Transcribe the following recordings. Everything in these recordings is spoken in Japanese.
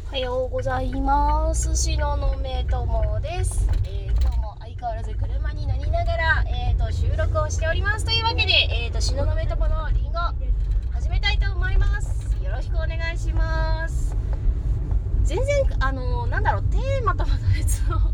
おはようございます。しののめともです。今日も相変わらず車に乗りながら、収録をしております。というわけで、しののめとものりんご始めたいと思います。よろしくお願いします。全然テーマとまた別の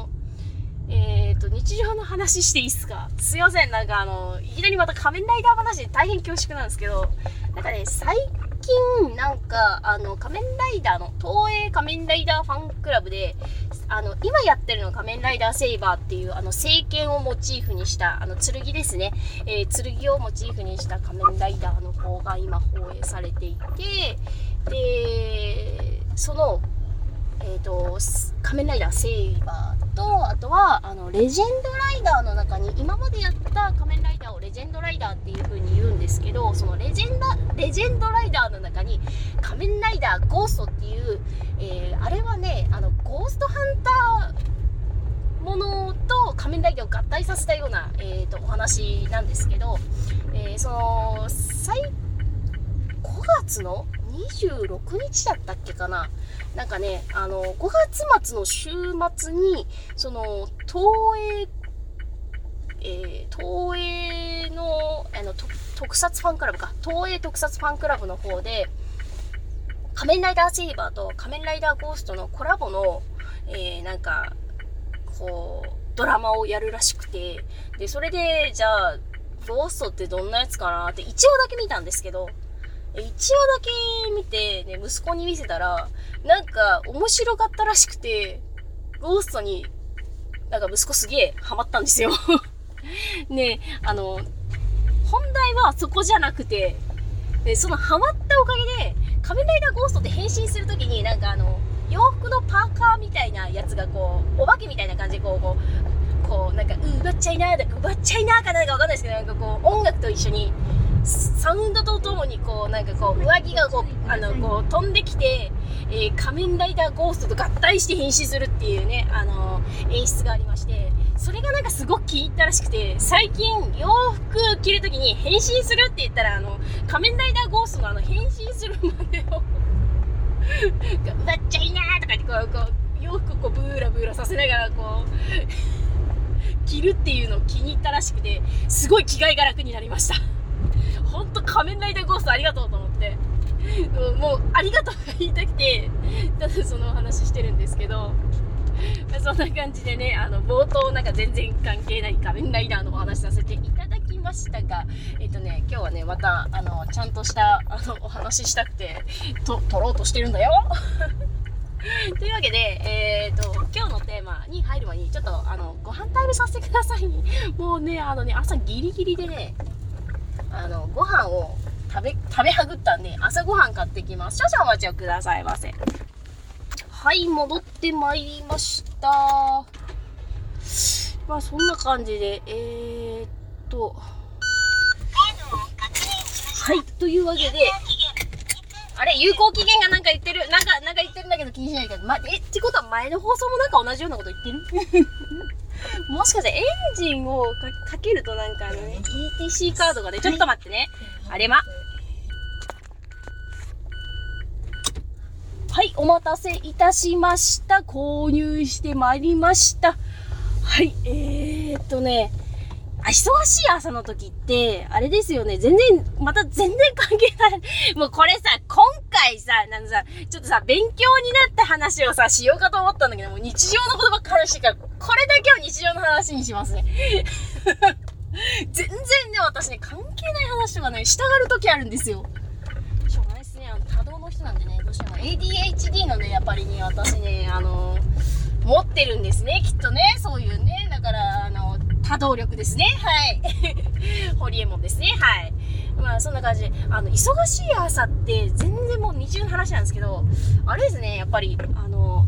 日常の話していいっすか？すいません、いきなりまた仮面ライダー話で大変恐縮なんですけど、最近仮面ライダーの東映仮面ライダーファンクラブで今やってるの仮面ライダーセイバーっていう聖剣をモチーフにした剣ですね、剣をモチーフにした仮面ライダーの方が今放映されていて、でその仮面ライダーセイバーと、あとはレジェンドライダーの中に今までやった仮面ライダーをレジェンドライダーっていう風に言うんですけど、そのレジェンドライダーの中に仮面ライダーゴーストっていう、あれはねゴーストハンターものと仮面ライダーを合体させたような、お話なんですけど、5月の26日だったっけかな、5月末の週末にその東映の特撮ファンクラブか、東映特撮ファンクラブの方で仮面ライダーセイバーと仮面ライダーゴーストのコラボの、ドラマをやるらしくて、でそれでじゃあゴーストってどんなやつかなって1話だけ見たんですけど、1話だけ見て、ね、息子に見せたら面白かったらしくて、ゴーストに息子すげえハマったんですよね。本題はそこじゃなくて、そのハマったおかげで仮面ライダーゴーストって変身するときに洋服のパーカーみたいなやつがお化けみたいな感じで奪っちゃいなーかなんかわかんないですけど、音楽と一緒にサウンドとともに上着が飛んできて、仮面ライダーゴーストと合体して変身するっていうね演出がありまして、それがすごく気に入ったらしくて、最近洋服着るときに変身するって言ったら仮面ライダーゴーストの変身するまでを奪っちゃいなーとかって洋服をブーラブーラさせながら着るっていうのを気に入ったらしくて、すごい着替えが楽になりました。ほんと仮面ライダーゴーストありがとうと思って、もうありがとうが言いたくてただそのお話してるんですけど、そんな感じでね、冒頭全然関係ない仮面ライダーのお話させていただきましたが、今日はねまたちゃんとしたお話したくて撮ろうとしてるんだよというわけで、今日のテーマに入る前にちょっとご飯タイムさせてください。もうね朝ギリギリでねご飯を食べはぐったんで、朝ご飯買ってきます。少々お待ちをくださいませ。はい、戻ってまいりました。そんな感じではい、というわけであれ、有効期限が言ってる言ってるんだけど気にしないけど、ってことは前の放送も同じようなこと言ってるもしかしてエンジンをかけるとETC カードがね、ちょっと待ってね、あれはい、お待たせいたしました。購入してまいりました。はい、忙しい朝の時ってあれですよね、全然関係ないもうこれさ、今回さちょっと勉強になった話をしようかと思ったんだけど、もう日常のことばっかりしてから、これだけは日常の話にしますね全然ね、私ね関係ない話とかねしたがる時あるんですよ。しょうがないですね、多動の人なんでね、どうしても ADHD のねやっぱりね、私ね持ってるんですね、きっとね、そういうね、だから多動力ですね、はいホリエモンですね、はい。そんな感じで忙しい朝って全然もう日常の話なんですけど、あれですね、やっぱり携帯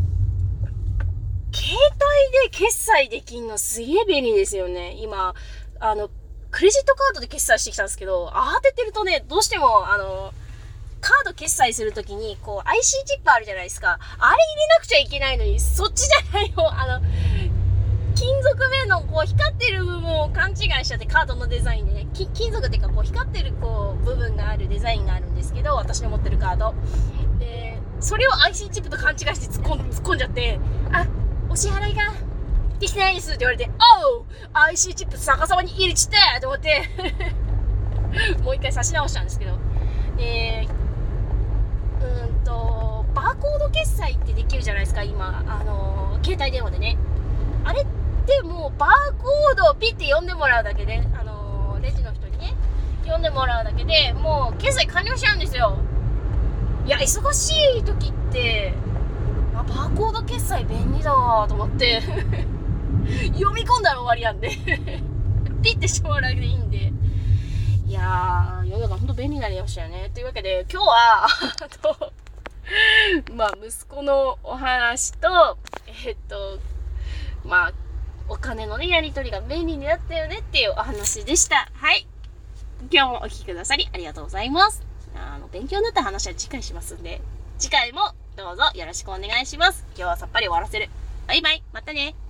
で決済できんのすげえ便利ですよね。今クレジットカードで決済してきたんですけど、慌ててるとね、どうしてもカード決済するときにIC チップあるじゃないですか、あれ入れなくちゃいけないのに、そっちじゃないよ、金属面の光ってる部分を勘違いしちゃって、カードのデザインでね、金属っていうか光ってる部分があるデザインがあるんですけど、私の持ってるカードで、 それを IC チップと勘違いして突っ込んじゃって、あ、お支払いができてないですって言われて、おう IC チップ逆さまに入れちったと思ってもう一回差し直したんですけど、バーコード決済ってできるじゃないですか今、携帯電話でね。あれってもうバーコードをピッて読んでもらうだけで、レジの人にね読んでもらうだけでもう決済完了しちゃうんですよ。いや、忙しい時ってバーコード決済便利だわと思って読み込んだら終わりやんでピッてしてもらうだけでいいんで、いやー世の中ほんと便利になりましたよね。というわけで今日は息子のお話とお金のねやり取りが便利になったよねっていうお話でした。はい、今日もお聞きくださりありがとうございます。勉強になった話は次回しますんで、次回もどうぞよろしくお願いします。今日はさっぱり終わらせる。バイバイ、またね。